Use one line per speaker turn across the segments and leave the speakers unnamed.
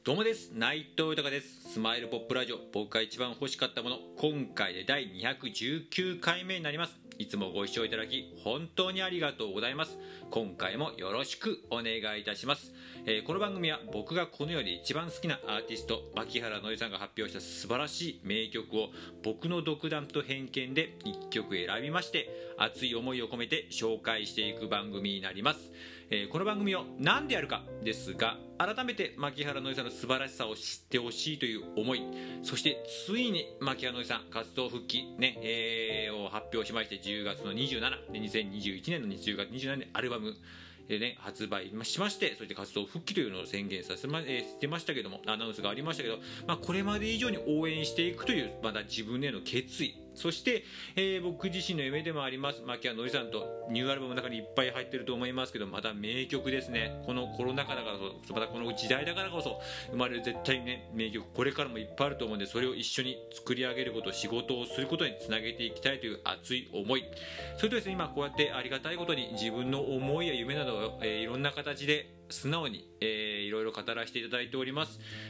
どうもです。内藤豊です。スマイルポップラジオ、僕が一番欲しかったもの、今回で第219回目になります。いつもご視聴いただき本当にありがとうございます。今回もよろしくお願いいたします。この番組は僕がこの世で一番好きなアーティスト牧原のりさんが発表した素晴らしい名曲を僕の独断と偏見で1曲選びまして、熱い思いを込めて紹介していく番組になります。この番組を何でやるかですが、改めて牧原のりさんの素晴らしさを知ってほしいという思い、そしてついに牧原のりさん活動復帰、を発表しまして、10月の27で2021年の10月27日にアルバムで、発売しまして、そして活動復帰というのを宣言させてましたけども、アナウンスがありましたけど、これまで以上に応援していくというまた自分への決意、そして、僕自身の夢でもあります牧原のりさんとニューアルバムの中にいっぱい入ってると思いますけど、また名曲ですね。このコロナ禍だからこそ、またこの時代だからこそ生まれる絶対にね、名曲これからもいっぱいあると思うんで、それを一緒に作り上げること、仕事をすることにつなげていきたいという熱い思い、それとですね、今こうやってありがたいことに自分の思いや夢などを、いろんな形で素直に、いろいろ語らせていただいております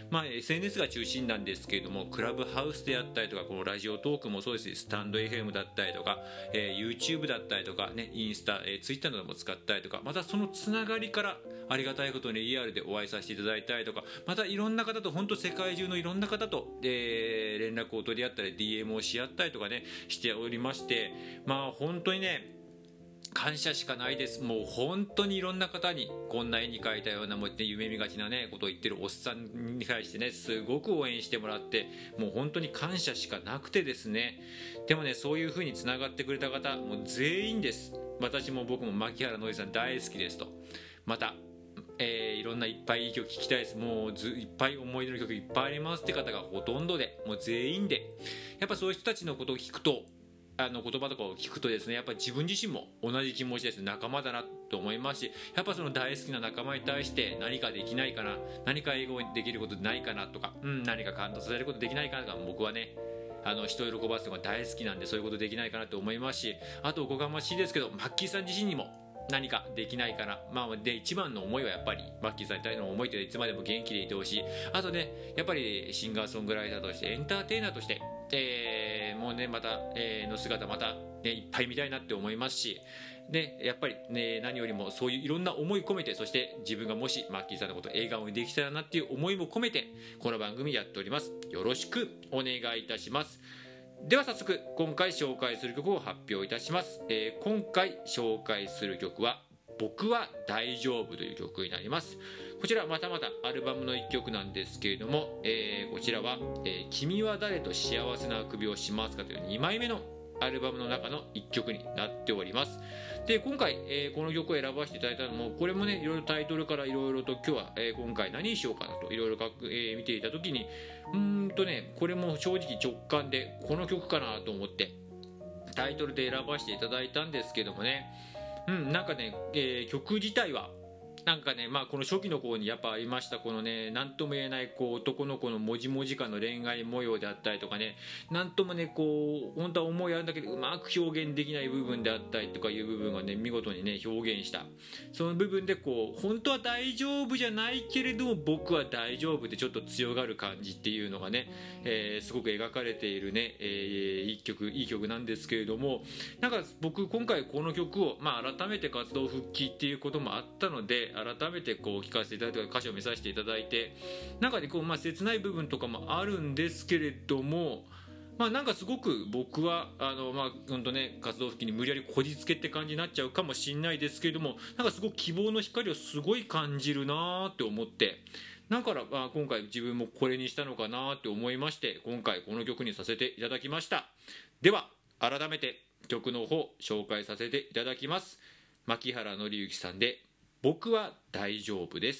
。SNS が中心なんですけれども、クラブハウスであったりとか、このラジオトークもそうですし、スタンド FM だったりとか、YouTube だったりとか、インスタ、Twitter なども使ったりとか、またそのつながりからありがたいことにリアルでお会いさせていただいたりとか、またいろんな方と、本当世界中のいろんな方と、連絡を取り合ったり DM をし合ったりとかねしておりまして、本当にね感謝しかないです。もう本当にいろんな方に、こんな絵に描いたようなもう夢見がちなねことを言ってるおっさんに対してね、すごく応援してもらって、もう本当に感謝しかなくてですね。でもね、そういう風につながってくれた方もう全員です。私も僕も牧原のりさん大好きですと、またいろんないっぱいいい曲聴きたいです、もういっぱい思い出の曲いっぱいありますって方がほとんどで、もう全員で、やっぱそういう人たちのことを聞くと、言葉とかを聞くとですね、やっぱり自分自身も同じ気持ちです。仲間だなと思いますし、やっぱその大好きな仲間に対して何かできないかな、何か英語できることないかなとか、何か感動させることできないかなとか、僕はね人を喜ばすのが大好きなんで、そういうことできないかなと思いますし、あとおこがましいですけど、マッキーさん自身にも何かできないかな、で一番の思いはやっぱりマッキーさんに対しての思いといつまでも元気でいてほしい。あとね、やっぱりシンガーソングライターとして、エンターテイナーとして、もうねまた、の姿また、いっぱい見たいなって思いますし、でやっぱり、何よりもそういういろんな思い込めて、そして自分がもしマッキーさんのことを笑顔にできたらなっていう思いも込めて、この番組やっております。よろしくお願いいたします。では早速今回紹介する曲を発表いたします。今回紹介する曲は僕は大丈夫という曲になります。こちらまたまたアルバムの1曲なんですけれども、こちらは、君は誰と幸せなあくびをしますかという2枚目のアルバムの中の1曲になっております。で今回、この曲を選ばせていただいたのも、これもねいろいろタイトルからいろいろと今日は、今回何にしようかなといろいろ見ていた時に、これも正直直感でこの曲かなと思ってタイトルで選ばせていただいたんですけどもね、なんかね、曲自体はなんかね、この初期の頃にやっぱありました、このね、なんとも言えないこう男の子のもじもじ感の恋愛模様であったりとかね、なんともね、こう本当は思いあるんだけどうまく表現できない部分であったりとかいう部分がね、見事にね表現した、その部分でこう本当は大丈夫じゃないけれども僕は大丈夫でちょっと強がる感じっていうのがね、すごく描かれているね、いい曲なんですけれども、なんか僕今回この曲を、改めて活動復帰っていうこともあったので、改めてこう聴かせていただいて、歌詞を見させていただいて、なんかねこう、切ない部分とかもあるんですけれども、なんかすごく僕は本当ね、活動復帰に無理やりこじつけって感じになっちゃうかもしれないですけれども、なんかすごく希望の光をすごい感じるなって思って、だから、今回自分もこれにしたのかなって思いまして、今回この曲にさせていただきました。では改めて曲の方紹介させていただきます。牧原紀之さんで僕は大丈夫です。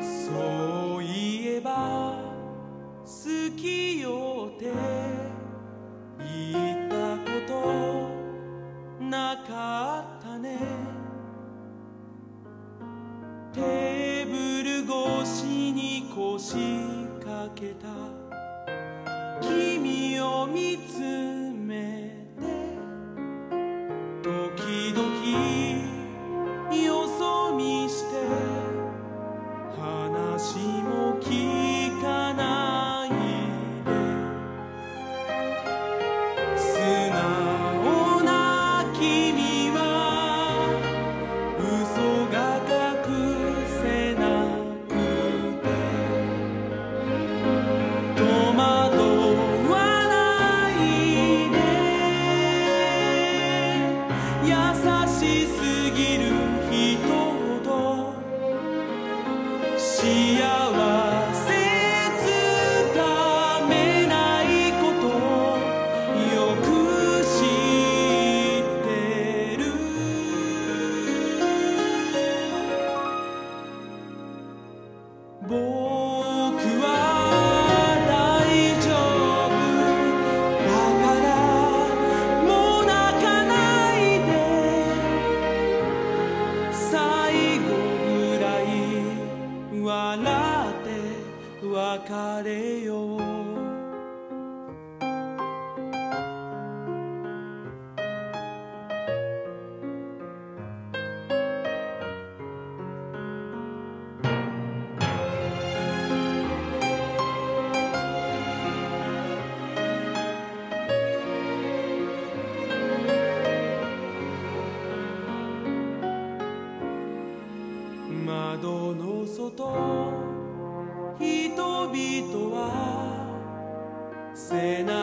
そういえば好きよって聞いたことなかったね。テーブル越しに腰掛けた君を見つめて、時々よそ見して話も聞かないで、素直な君は嘘が隠せなくて、戸惑わないで、優しすぎる人ほど幸せつかめないことよく知ってる。僕は大丈夫だからもう泣かないで、最後ぐらい笑って別れよう。窓の外人々は背中